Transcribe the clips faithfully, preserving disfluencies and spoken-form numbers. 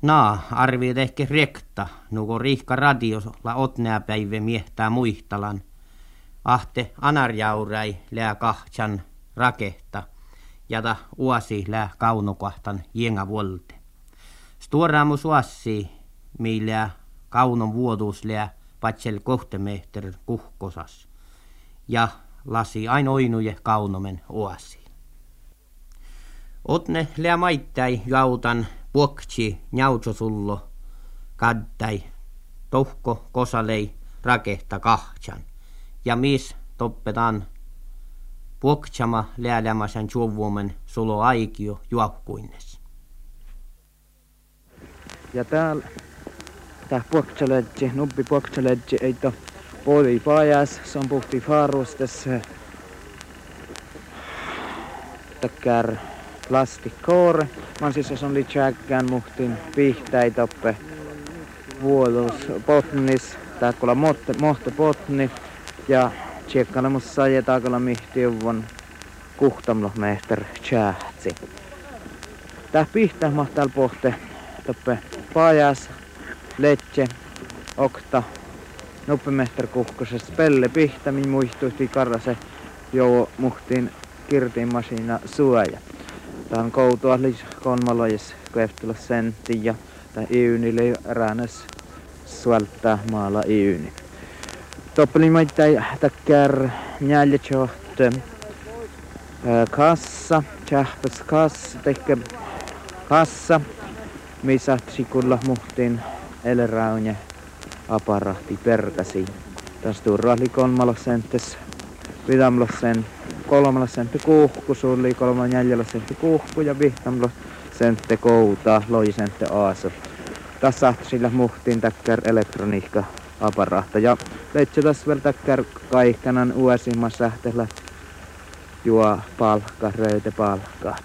naa, arviit ehkä rekta, nuko riikka radiolla otnea päivä miehtää muistalan. Ahte anarjaurai lää kahtsan rakehta, jata uasi lää kaunokahtan jenga volte. Stuoraamu suassi, millä kaunon vuotuus lää patsel kohtemehter kuhkosas. Ja lasi ain oinuje kaunomen uasi. Otne lää maittai jautan puoksi njautosullo kaddai tohko kosalei rakehta kahtsan. Ja mis toppetaan puoksama läälämäsen juovuomen sulo aikio juokkuinnes. Ja täällä tää puoksaledji, nubbi puoksaledji ei to poli pajas, se on puhti faarustes takkär plastikkoore. Man siis on liitsäkkään muhtin pihtäi toppe vuolus potnis, täällä mohte, mohte potni ja tsekkana mussa ja täällä mihtiuvon kuhtamlohmehter tjähtsi. Tää pihtä mahtaa pohte toppe pajas, letse, okta, nuppimehter kuhkosesta pelle pihtä, min muistuhti karrase joo muhtiin kirtiin masina suoja. Tää on koutua lis kolmalois kueftelos sentti ja tää iynili räänes suolta maala iyni. Toppeli maittai takkär njäljetjoht kassa, tjähpäs kassa, tekke kassa, missä sikulla muhtiin eleraunje aparahti perkäsi. Tässä turvali kolmalossentes, vidamlossen kolmalossente kuuhku, sulli kolman jäljellä-sentti kuuhku ja vihtamlossente kouta, loisente aasu. Tässä sillä muhtiin täkkär elektroniikka aparahta ja leitsi tässä vielä täkkär kaihkanan uusimmas sähtellä juo palkka, röyte palkkaat.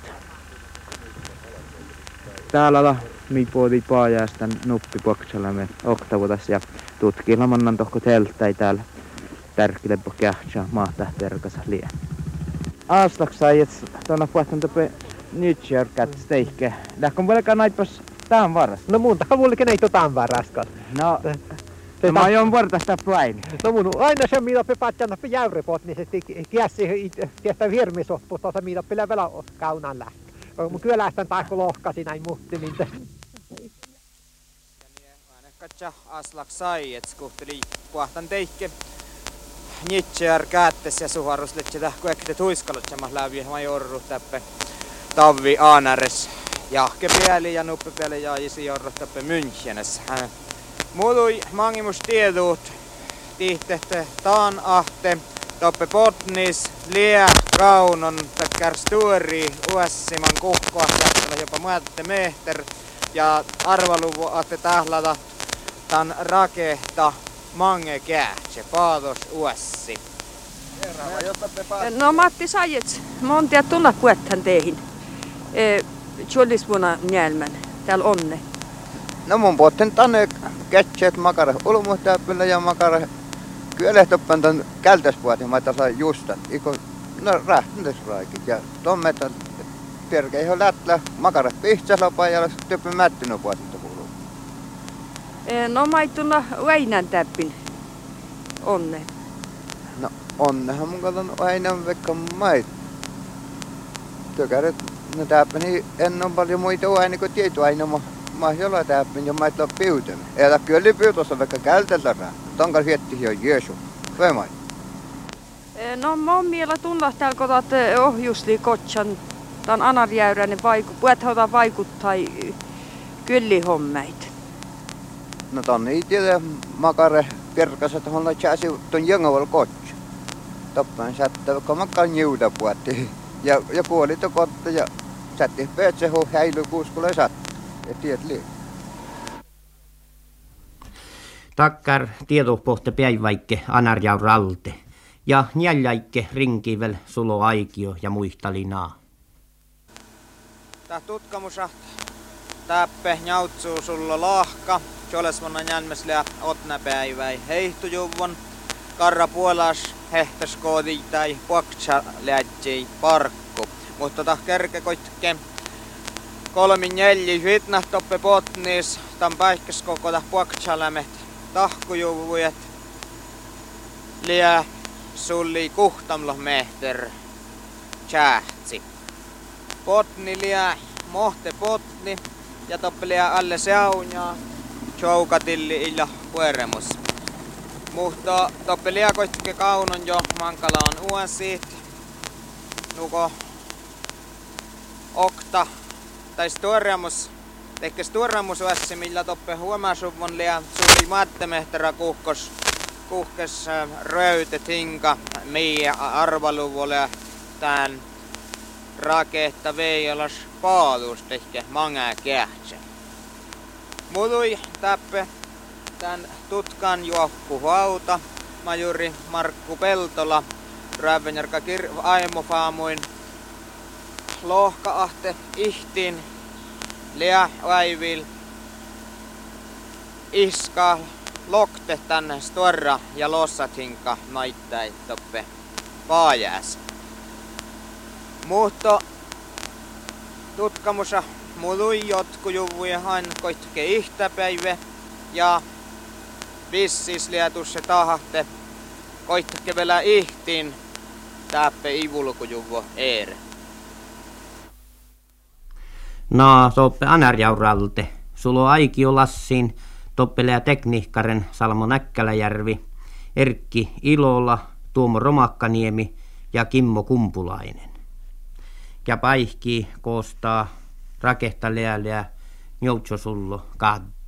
Täällä mi puhuti paajasta nuppipokselemme oktavuutas ja tutkilla mannan tohko telttäi täällä tärkille po kähtsä maata terkasa lien. Aastaks sai, et tuonna puhuttan tope nyt jörkät steikke. Lähkön velkaan naitpas tämän varas. No mun tahan mullikin ei tämän varaskaan. No, no mä aion vartasta päin. No mun aina se mitä pepatjana pe jäyrepot, niin se kiessi tietää virmisoppu tuossa mitä pelä vielä kaunan lähtö. Mun kylästän taikko lohkasi näin muhtimin. Katja aslak sai, et skuhteli puhtan teikke. Nitsejär käättes ja suharus letse tähku äkkiä tuiskalut semmas läpi majorru täppe tavvi aanäres. Jahke pieli ja nuppe pieli ja isi jorru täppe Münchenes. Muului mangimus tieduut tihtehte taan ahte. Toppe potnis, lie, kaunon, takkär stuori, uessiman kuhkoa, jättävä jopa muette mehter. Ja arvaluvu ahte tahlata tan rakehta mange käähtsä, paatos uessi. No Matti Sajets, mä oon tiedä tulla puethän teihin. Tjollisvuonna njälmän, täällä onne. No mun puhutten tänne ketset makara ulmuhtäppillä ja makara kyölehtoppan tän kältäspuotin, mä tässä justat. Iko, no rähtintäs raikit ja tommetan terkeihin lätlä makara pihtsälopa ja töppy mättynä puotinta kuuluu. No mä ei tulla Väinän täppin onne. No onnehan mun katon Väinän vekka mait. Tökäret no täppäni en on paljon muita uäini kuin tietu aina mä mä jolla täppin ja mä et loo piutämme. Älä kyllä piutossa vaikka kältältä rää. Tonka vietti jo Jeesu. Väimai. No mä oon miellä tulla täällä kotat ohjusli kotsan. Tää on anarjäyräinen vaiku. Puethan vaikuttaa kyllihommeita. No ton ei tiedä makare perkas, että on laitsi ton jengavalla kotsa. Toppaan sättä, vaikka makkaan jiuda puhutti. Ja, ja kuoli to kotta ja sätti pötsä huu häily kuuskulle satta. Ja tiedät liian. Takkar tietopohte päiväikke anarjau ralte. Ja njäljäikke rinkivel sulo aikio ja muistalinaa. Tää tutkamusa täppe njautsuu sulla lahka. Jolesvonna njälmesleä otna päiväi heihtujuvon. Karra puolas hehtäskoodi tai puaktsa lähtsei parkku. Mutta tah kerke koitke kolmi neljä vitnah toppe potnis, tämän päikkäskokota puoktsalämet tahkujuvujet. Liä sulli kuhtamlo mehter tjähtsi. Potni liä mohte potni ja toppe liä alle seunjaa choukatilli illa pueremus. Mutta toppe liä koitke kaunon jo mankala on uosit. Nuko okta tai stuoremus tekke stuoremus uossi millä toppe huomasuvon liä suuri maattemehterä kuhkos kuhkes röytet hinka miä arvaluvulle tän raketta veijolas paalus tehke mangää kähtsä. Mului täppe tän tutkan juokku hauta majuri Markku Peltola Rävenjärka kir- aimofaamuin lohkaahte ihtin lea vaivil iska lokte tänne storra ja lossatinka naittai toppe paajääs. Mutta tutkamusa mului jotkujuvujahan koitke ihtäpäivä ja vissis lietusse tahahte koitke vielä ihtiin täppe ivulkujuvo eere. No, toppe Anarjauralte. Sulo Aikio Lassin, toppelea tekniikkaren Salmo Näkkäläjärvi, Erkki Ilola, Tuomo Romakkaniemi ja Kimmo Kumpulainen. Ja paihki koostaa rakehta leäleä Joutsosullo Kad.